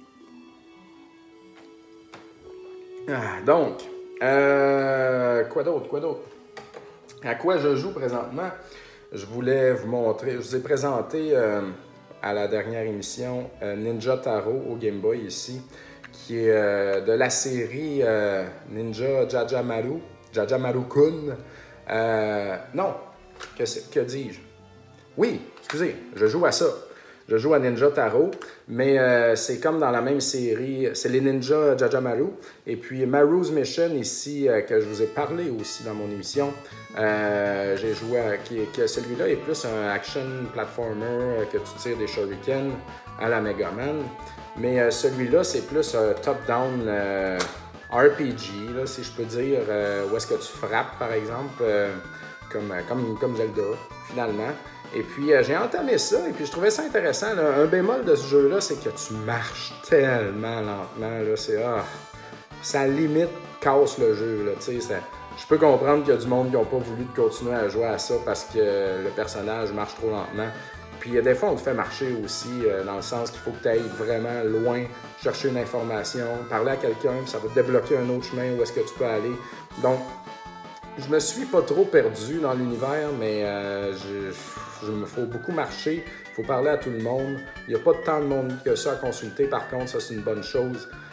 Donc, quoi d'autre? À quoi je joue présentement? Je voulais vous montrer, je vous ai présenté à la dernière émission Ninja Taro au Game Boy ici, qui est de la série Ninja Jajamaru-kun. Non, que dis-je? Oui, excusez, je joue à ça. Je joue à Ninja Taro, mais c'est comme dans la même série, c'est les Ninja Jajamaru. Et puis Maru's Mission ici, que je vous ai parlé aussi dans mon émission, j'ai joué que celui-là est plus un action platformer que tu tires des shurikens à la Mega Man. Mais celui-là, c'est plus un top-down RPG, là, si je peux dire, où est-ce que tu frappes, par exemple, comme Zelda, finalement. Et puis, j'ai entamé ça, et puis je trouvais ça intéressant. Là. Un bémol de ce jeu-là, c'est que tu marches tellement lentement. Là, ça limite casse le jeu. Là, je peux comprendre qu'il y a du monde qui n'a pas voulu continuer à jouer à ça parce que le personnage marche trop lentement. Puis des fois, on te fait marcher aussi, dans le sens qu'il faut que tu ailles vraiment loin, chercher une information, parler à quelqu'un, puis ça va te débloquer un autre chemin où est-ce que tu peux aller. Donc, je me suis pas trop perdu dans l'univers, mais il me faut beaucoup marcher, il faut parler à tout le monde. Il n'y a pas tant de monde que ça à consulter, par contre, ça c'est une bonne chose.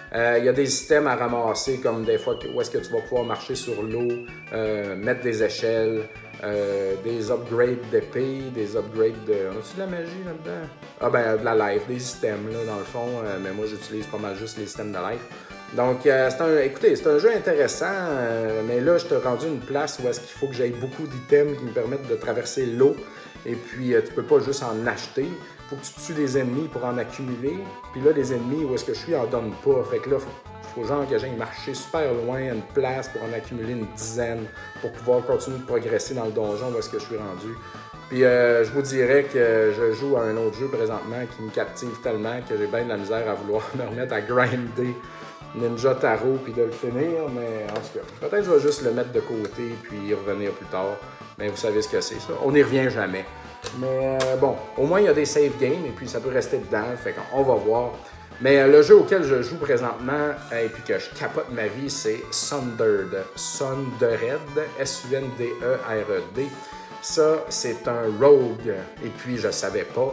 Il y a des systèmes à ramasser, comme des fois où est-ce que tu vas pouvoir marcher sur l'eau, mettre des échelles, des upgrades d'épée, des upgrades de... On a-tu de la magie là-dedans? Ah ben, de la life, des systèmes, là, dans le fond. Mais moi, j'utilise pas mal juste les systèmes de life. Donc, écoutez, c'est un jeu intéressant, mais là, je t'ai rendu une place où est-ce qu'il faut que j'aille beaucoup d'items qui me permettent de traverser l'eau. Et puis, tu peux pas juste en acheter. Il faut que tu tues des ennemis pour en accumuler. Puis là, les ennemis, où est-ce que je suis, en donnent pas. Fait que là, faut genre que j'aille marcher super loin à une place pour en accumuler une dizaine pour pouvoir continuer de progresser dans le donjon où est-ce que je suis rendu. Puis je vous dirais que je joue à un autre jeu présentement qui me captive tellement que j'ai bien de la misère à vouloir me remettre à grinder Ninja Taro puis de le finir, mais en tout cas, peut-être que je vais juste le mettre de côté puis y revenir plus tard. Mais vous savez ce que c'est ça. On n'y revient jamais. Mais bon, au moins il y a des save games et puis ça peut rester dedans, fait qu'on va voir. Mais le jeu auquel je joue présentement et puis que je capote ma vie, c'est Sundered. Sundered, S-U-N-D-E-R-E-D. Ça, c'est un rogue. Et puis, je savais pas.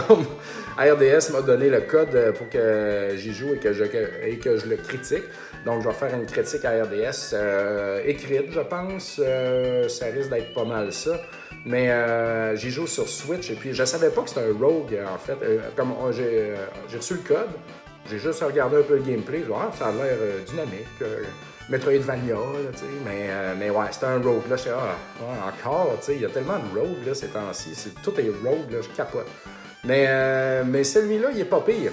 RDS m'a donné le code pour que j'y joue et que je le critique. Donc, je vais faire une critique à RDS écrite, je pense. Ça risque d'être pas mal ça. Mais j'y joue sur Switch et puis je savais pas que c'était un rogue, en fait. Comme j'ai reçu le code, j'ai juste regardé un peu le gameplay. Je vois, ça a l'air dynamique. Metroidvania, là, tu sais, mais ouais, c'était un rogue, là, je sais, encore, tu sais, il y a tellement de rogues, là, ces temps-ci, tout est rogue, là, je capote. Mais celui-là, il est pas pire.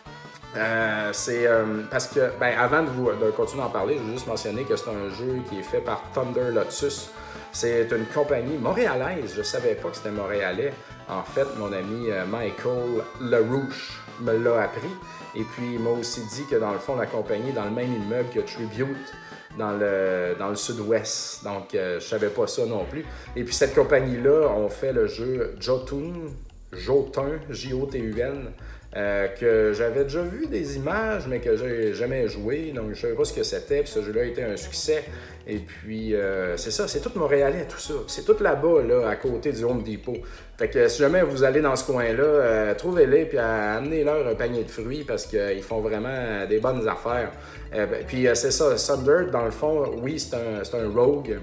C'est parce que, avant de continuer à en parler, je veux juste mentionner que c'est un jeu qui est fait par Thunder Lotus. C'est une compagnie montréalaise, je savais pas que c'était montréalais. En fait, mon ami Michael Larouche me l'a appris. Et puis, il m'a aussi dit que dans le fond, la compagnie est dans le même immeuble que Tribute dans le sud-ouest. Donc, je savais pas ça non plus. Et puis, cette compagnie-là, on fait le jeu Jotun, J-O-T-U-N, que j'avais déjà vu des images, mais que j'ai jamais joué. Donc, je savais pas ce que c'était. Puis, ce jeu-là a été un succès. Et puis, c'est ça, c'est tout montréalais, tout ça. C'est tout là-bas, là, à côté du Home Depot. Fait que si jamais vous allez dans ce coin-là, trouvez-les puis amenez-leur un panier de fruits parce qu'ils font vraiment des bonnes affaires. Puis c'est ça, Sundered, dans le fond, oui, c'est un rogue,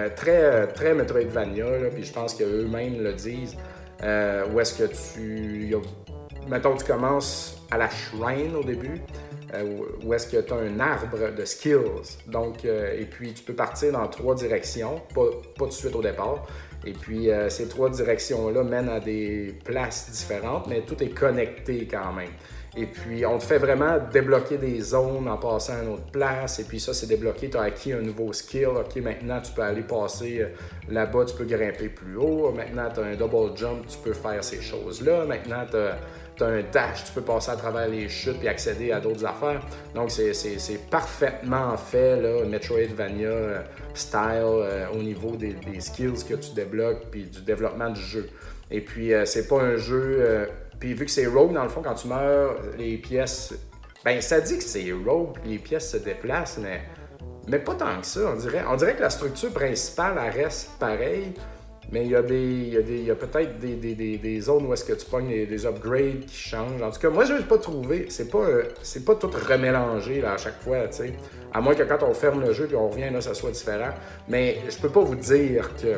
très Metroidvania, là, puis je pense qu'eux-mêmes le disent. Où est-ce que mettons, tu commences à la shrine au début, où est-ce que tu as un arbre de skills. Donc, et puis, tu peux partir dans 3 directions, pas tout de suite au départ. Et puis, ces 3 directions-là mènent à des places différentes, mais tout est connecté quand même. Et puis, on te fait vraiment débloquer des zones en passant à une autre place. Et puis ça, c'est débloqué. Tu as acquis un nouveau skill. OK, maintenant, tu peux aller passer là-bas, tu peux grimper plus haut. Maintenant, tu as un double jump, tu peux faire ces choses-là. Maintenant, tu as un dash, tu peux passer à travers les chutes et accéder à d'autres affaires. Donc, c'est parfaitement fait, là, Metroidvania style, au niveau des skills que tu débloques puis du développement du jeu. Et puis, c'est pas un jeu... Puis vu que c'est rogue, dans le fond, quand tu meurs, les pièces... ça dit que c'est rogue, les pièces se déplacent, mais pas tant que ça, on dirait que la structure principale, elle reste pareille, mais il y a peut-être des zones où est-ce que tu pognes des upgrades qui changent. En tout cas, moi, je n'ai pas trouvé. C'est pas tout remélangé là, à chaque fois, tu sais. À moins que quand on ferme le jeu et on revient, là, ça soit différent. Mais je peux pas vous dire que...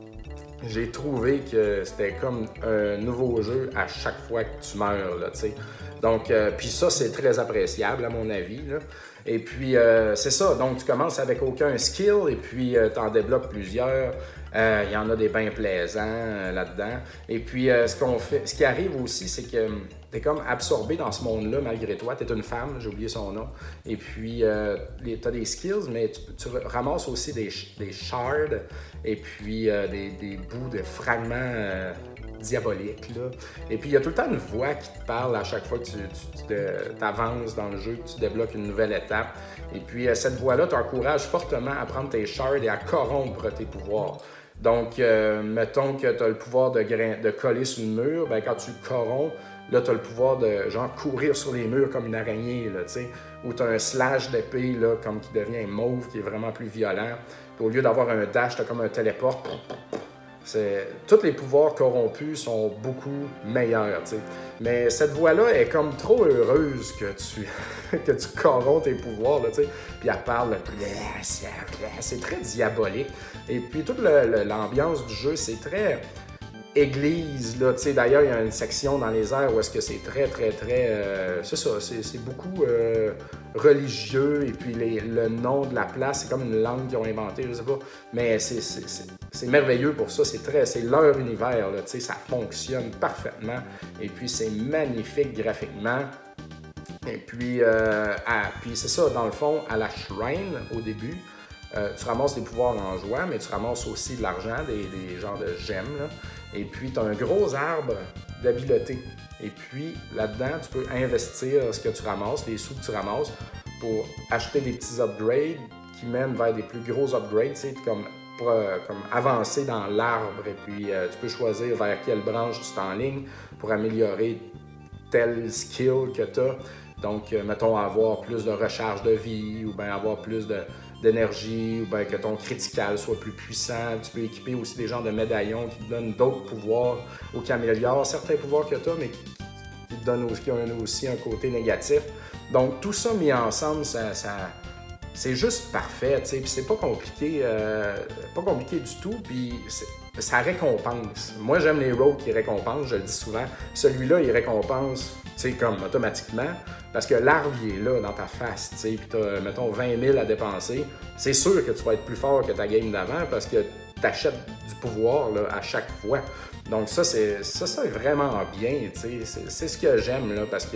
J'ai trouvé que c'était comme un nouveau jeu à chaque fois que tu meurs, là, tu sais. Donc, puis ça, c'est très appréciable, à mon avis, là. Et puis, c'est ça. Donc, tu commences avec aucun skill et puis tu en débloques plusieurs. Il y en a des bien plaisants là-dedans. Et puis, ce qui arrive aussi, c'est que tu es comme absorbé dans ce monde-là malgré toi. Tu es une femme, j'ai oublié son nom. Et puis, tu as des skills, mais tu ramasses aussi des shards et puis des bouts de fragments diaboliques, là. Et puis, il y a tout le temps une voix qui te parle à chaque fois que tu avances dans le jeu, que tu débloques une nouvelle étape. Et puis, cette voix-là t'encourage fortement à prendre tes shards et à corrompre tes pouvoirs. Donc, mettons que tu as le pouvoir de coller sur le mur, quand tu corromps, là, tu as le pouvoir de, genre, courir sur les murs comme une araignée, là, tu sais. Ou tu as un slash d'épée, là, comme qui devient mauve, qui est vraiment plus violent. Puis, au lieu d'avoir un dash, tu as comme un téléport. tous les pouvoirs corrompus sont beaucoup meilleurs, tu sais. Mais cette voix-là est comme trop heureuse que que tu corromps tes pouvoirs, là, tu sais. Puis elle parle, c'est très diabolique. Et puis toute l'ambiance du jeu, c'est très église, là, tu sais, d'ailleurs, il y a une section dans les airs où est-ce que c'est très, c'est ça, c'est beaucoup religieux, et puis le nom de la place, c'est comme une langue qu'ils ont inventée, je sais pas, mais c'est merveilleux pour ça, c'est leur univers, là, tu sais, ça fonctionne parfaitement, et puis c'est magnifique graphiquement. Et puis, puis c'est ça, dans le fond, à la shrine, au début, tu ramasses des pouvoirs en jouant, mais tu ramasses aussi de l'argent, des genres de gemmes, là. Et puis, tu as un gros arbre d'habileté. Et puis, là-dedans, tu peux investir ce que tu ramasses, les sous que tu ramasses, pour acheter des petits upgrades qui mènent vers des plus gros upgrades, tu sais, comme avancer dans l'arbre. Et puis, tu peux choisir vers quelle branche tu t'enlignes pour améliorer tel skill que tu as. Donc, mettons, avoir plus de recharge de vie, ou bien avoir plus d'énergie, ou bien que ton critical soit plus puissant. Tu peux équiper aussi des genres de médaillons qui te donnent d'autres pouvoirs ou qui améliorent certains pouvoirs que tu as, mais qui te donnent aussi un côté négatif. Donc, tout ça mis ensemble, c'est juste parfait, tu sais, puis c'est pas compliqué du tout, puis ça récompense. Moi, j'aime les rogues qui récompensent, je le dis souvent. Celui-là, il récompense, tu sais, comme automatiquement, parce que l'arbre, il est là, dans ta face, tu sais, puis t'as, mettons, 20 000 à dépenser. C'est sûr que tu vas être plus fort que ta game d'avant, parce que t'achètes du pouvoir, là, à chaque fois. Donc ça, c'est vraiment bien, tu sais, c'est ce que j'aime, là, parce que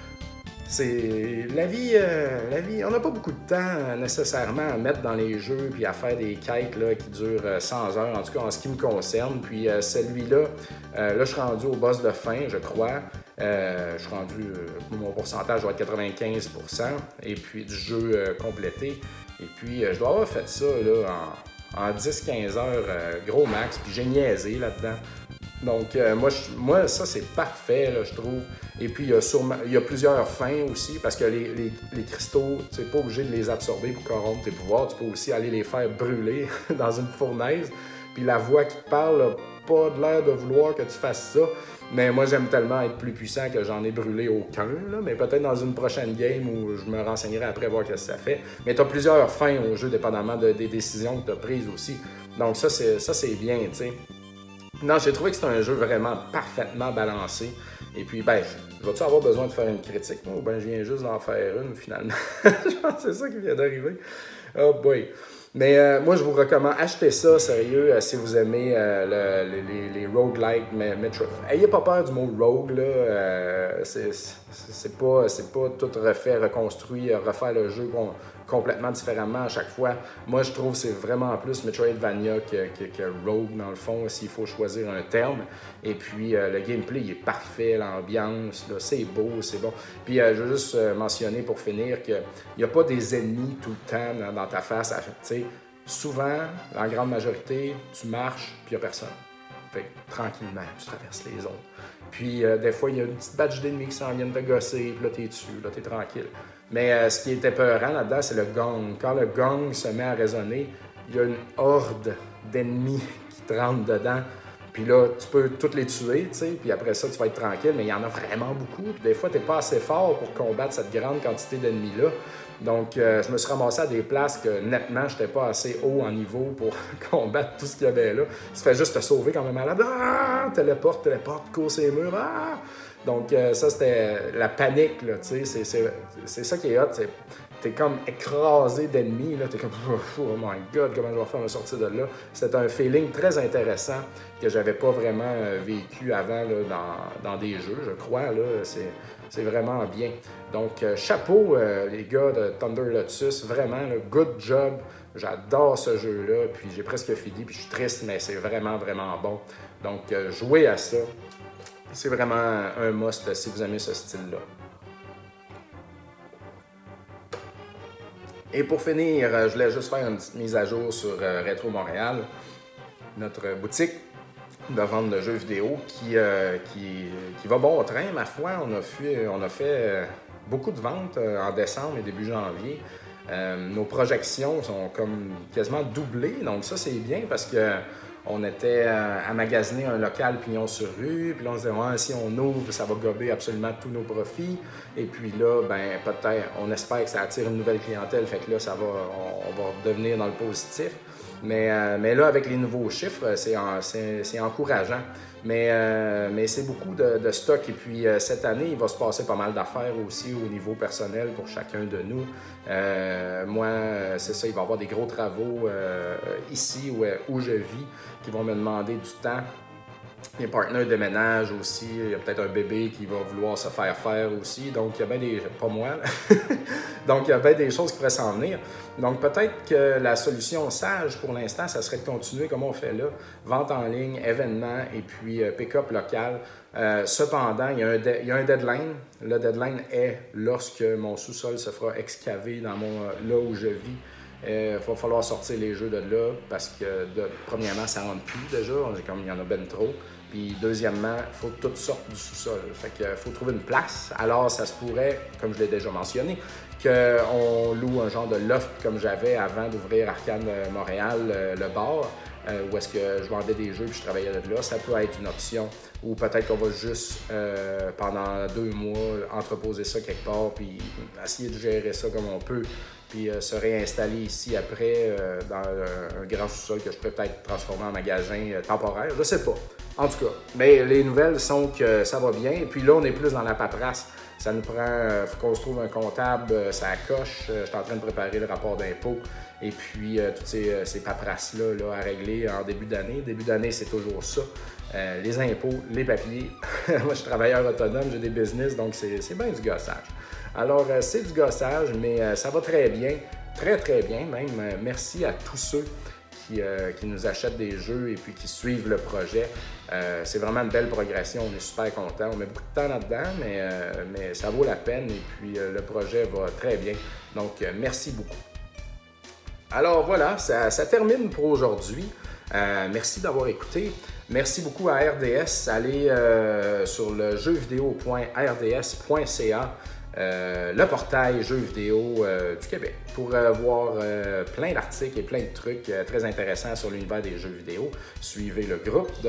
c'est la vie, on n'a pas beaucoup de temps nécessairement à mettre dans les jeux puis à faire des quêtes là, qui durent 100 heures, en tout cas en ce qui me concerne. Puis celui-là, là je suis rendu au boss de fin, je crois. Je suis rendu, mon pourcentage doit être 95%, et puis du jeu complété. Et puis je dois avoir fait ça là, en 10-15 heures, gros max, puis j'ai niaisé là-dedans. Donc, moi, ça, c'est parfait, là, je trouve. Et puis, il y a plusieurs fins aussi, parce que les cristaux, tu n'es pas obligé de les absorber pour corrompre tes pouvoirs. Tu peux aussi aller les faire brûler dans une fournaise. Puis la voix qui te parle n'a pas l'air de vouloir que tu fasses ça. Mais moi, j'aime tellement être plus puissant que j'en ai brûlé aucun. Là. Mais peut-être dans une prochaine game où je me renseignerai après voir ce que ça fait. Mais tu as plusieurs fins au jeu, dépendamment des décisions que tu as prises aussi. Donc, ça, c'est bien, tu sais. Non, j'ai trouvé que c'était un jeu vraiment parfaitement balancé. Et puis, vas-tu avoir besoin de faire une critique, ou bien je viens juste d'en faire une, finalement? Je pense que c'est ça qui vient d'arriver. Oh boy! Mais moi, je vous recommande, achetez ça, sérieux, si vous aimez les roguelikes, mais ayez pas peur du mot rogue, là. C'est pas tout refait, reconstruit, refaire le jeu complètement différemment à chaque fois. Moi, je trouve que c'est vraiment plus Metroidvania que rogue, dans le fond, s'il faut choisir un terme. Et puis, le gameplay, il est parfait, l'ambiance, là, c'est beau, c'est bon. Puis, je veux juste mentionner pour finir qu'il n'y a pas des ennemis tout le temps dans ta face. Tu sais, souvent, la grande majorité, tu marches, puis il n'y a personne. Fait que, tranquillement, tu traverses les zones. Puis, des fois, il y a une petite batch d'ennemis qui s'en viennent te gosser, puis là, t'es dessus, là, t'es tranquille. Mais ce qui est épeurant là-dedans, c'est le gong. Quand le gong se met à résonner, il y a une horde d'ennemis qui te rentrent dedans. Puis là, tu peux toutes les tuer, tu sais, puis après ça, tu vas être tranquille, mais il y en a vraiment beaucoup. Puis des fois, tu n'es pas assez fort pour combattre cette grande quantité d'ennemis-là. Donc, je me suis ramassé à des places que, nettement, je n'étais pas assez haut en niveau pour combattre tout ce qu'il y avait là. Tu fais juste te sauver quand même malade. Ah! Téléporte, cours ces murs. Ah! Donc, ça, c'était la panique, là, tu sais. C'est ça qui est hot, t'es comme écrasé d'ennemis, là, t'es comme « Oh my God, comment je vais faire me sortir de là? » C'était un feeling très intéressant que j'avais pas vraiment vécu avant là, dans des jeux, je crois, là, c'est vraiment bien. Donc, chapeau, les gars de Thunder Lotus, vraiment, là, good job, j'adore ce jeu-là, puis j'ai presque fini, puis je suis triste, mais c'est vraiment, vraiment bon. Donc, jouez à ça, c'est vraiment un must si vous aimez ce style-là. Et pour finir, je voulais juste faire une petite mise à jour sur Rétro Montréal, notre boutique de vente de jeux vidéo qui va bon au train, ma foi. On a fait beaucoup de ventes en décembre et début janvier. Nos projections sont comme quasiment doublées, donc ça c'est bien parce que on était à magasiner un local pignon sur rue, puis là on se disait, ouais, si on ouvre, ça va gober absolument tous nos profits. Et puis là, ben peut-être, on espère que ça attire une nouvelle clientèle, fait que là, on va redevenir dans le positif. Mais là, avec les nouveaux chiffres, c'est encourageant. Mais c'est beaucoup de stock. Et puis, cette année, il va se passer pas mal d'affaires aussi au niveau personnel pour chacun de nous. Moi, c'est ça, il va y avoir des gros travaux ici où je vis qui vont me demander du temps. Les partenaires de ménage aussi, il y a peut-être un bébé qui va vouloir se faire aussi, donc il y a bien des... pas moi, là. Donc il y a bien des choses qui pourraient s'en venir. Donc peut-être que la solution sage pour l'instant, ça serait de continuer comme on fait là, vente en ligne, événements et puis pick-up local. Cependant, il y a un deadline. Le deadline est lorsque mon sous-sol se fera excaver là où je vis. Il va falloir sortir les jeux de là parce que, premièrement, ça ne rentre plus déjà, comme il y en a ben trop. Puis, deuxièmement, il faut que tout sorte du sous-sol. Fait qu'il faut trouver une place. Alors, ça se pourrait, comme je l'ai déjà mentionné, qu'on loue un genre de loft comme j'avais avant d'ouvrir Arcane Montréal, le bar, où est-ce que je vendais des jeux puis je travaillais de là. Ça peut être une option. Ou peut-être qu'on va juste, pendant 2 mois, entreposer ça quelque part puis essayer de gérer ça comme on peut. Puis se réinstaller ici après dans un grand sous-sol que je pourrais peut-être transformer en magasin temporaire. Je sais pas. En tout cas, mais les nouvelles sont que ça va bien. Et puis là, on est plus dans la paperasse. Ça nous prend, faut qu'on se trouve un comptable, ça coche. Je suis en train de préparer le rapport d'impôt. Et puis, toutes ces paperasses-là là, à régler en début d'année. Début d'année, c'est toujours ça. Les impôts, les papiers. Moi, je suis travailleur autonome, j'ai des business, donc c'est bien du gossage. Alors, c'est du gossage, mais ça va très bien. Très, très bien même. Merci à tous ceux qui nous achètent des jeux et puis qui suivent le projet. C'est vraiment une belle progression, on est super contents. On met beaucoup de temps là-dedans, mais ça vaut la peine et puis le projet va très bien. Donc, merci beaucoup. Alors voilà, ça termine pour aujourd'hui. Merci d'avoir écouté. Merci beaucoup à RDS. Allez sur le jeuxvideo.rds.ca. Le portail jeux vidéo du Québec pour voir plein d'articles et plein de trucs très intéressants sur l'univers des jeux vidéo. Suivez le groupe de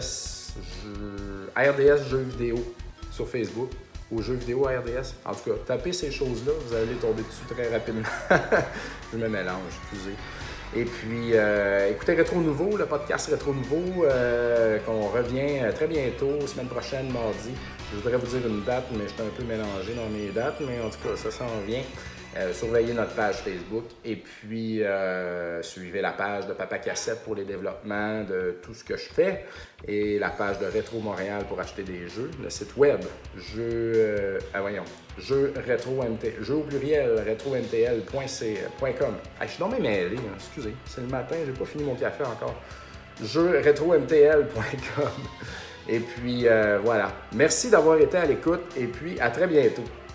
RDS Jeux vidéo sur Facebook ou Jeux vidéo RDS. En tout cas, tapez ces choses-là, vous allez tomber dessus très rapidement. Je me mélange, excusez. Et puis, écoutez Rétro Nouveau, le podcast Rétro Nouveau, qu'on revient très bientôt, semaine prochaine, mardi. Je voudrais vous dire une date, mais je suis un peu mélangé dans mes dates, mais en tout cas, ça s'en vient. Surveillez notre page Facebook et puis suivez la page de Papa Cassette pour les développements de tout ce que je fais et la page de Rétro Montréal pour acheter des jeux. Le site web, jeux au pluriel, retromtl.com. Je suis dans mes mêlés, excusez, c'est le matin, j'ai pas fini mon café encore. Retromtl.com. Et puis voilà, merci d'avoir été à l'écoute et puis à très bientôt.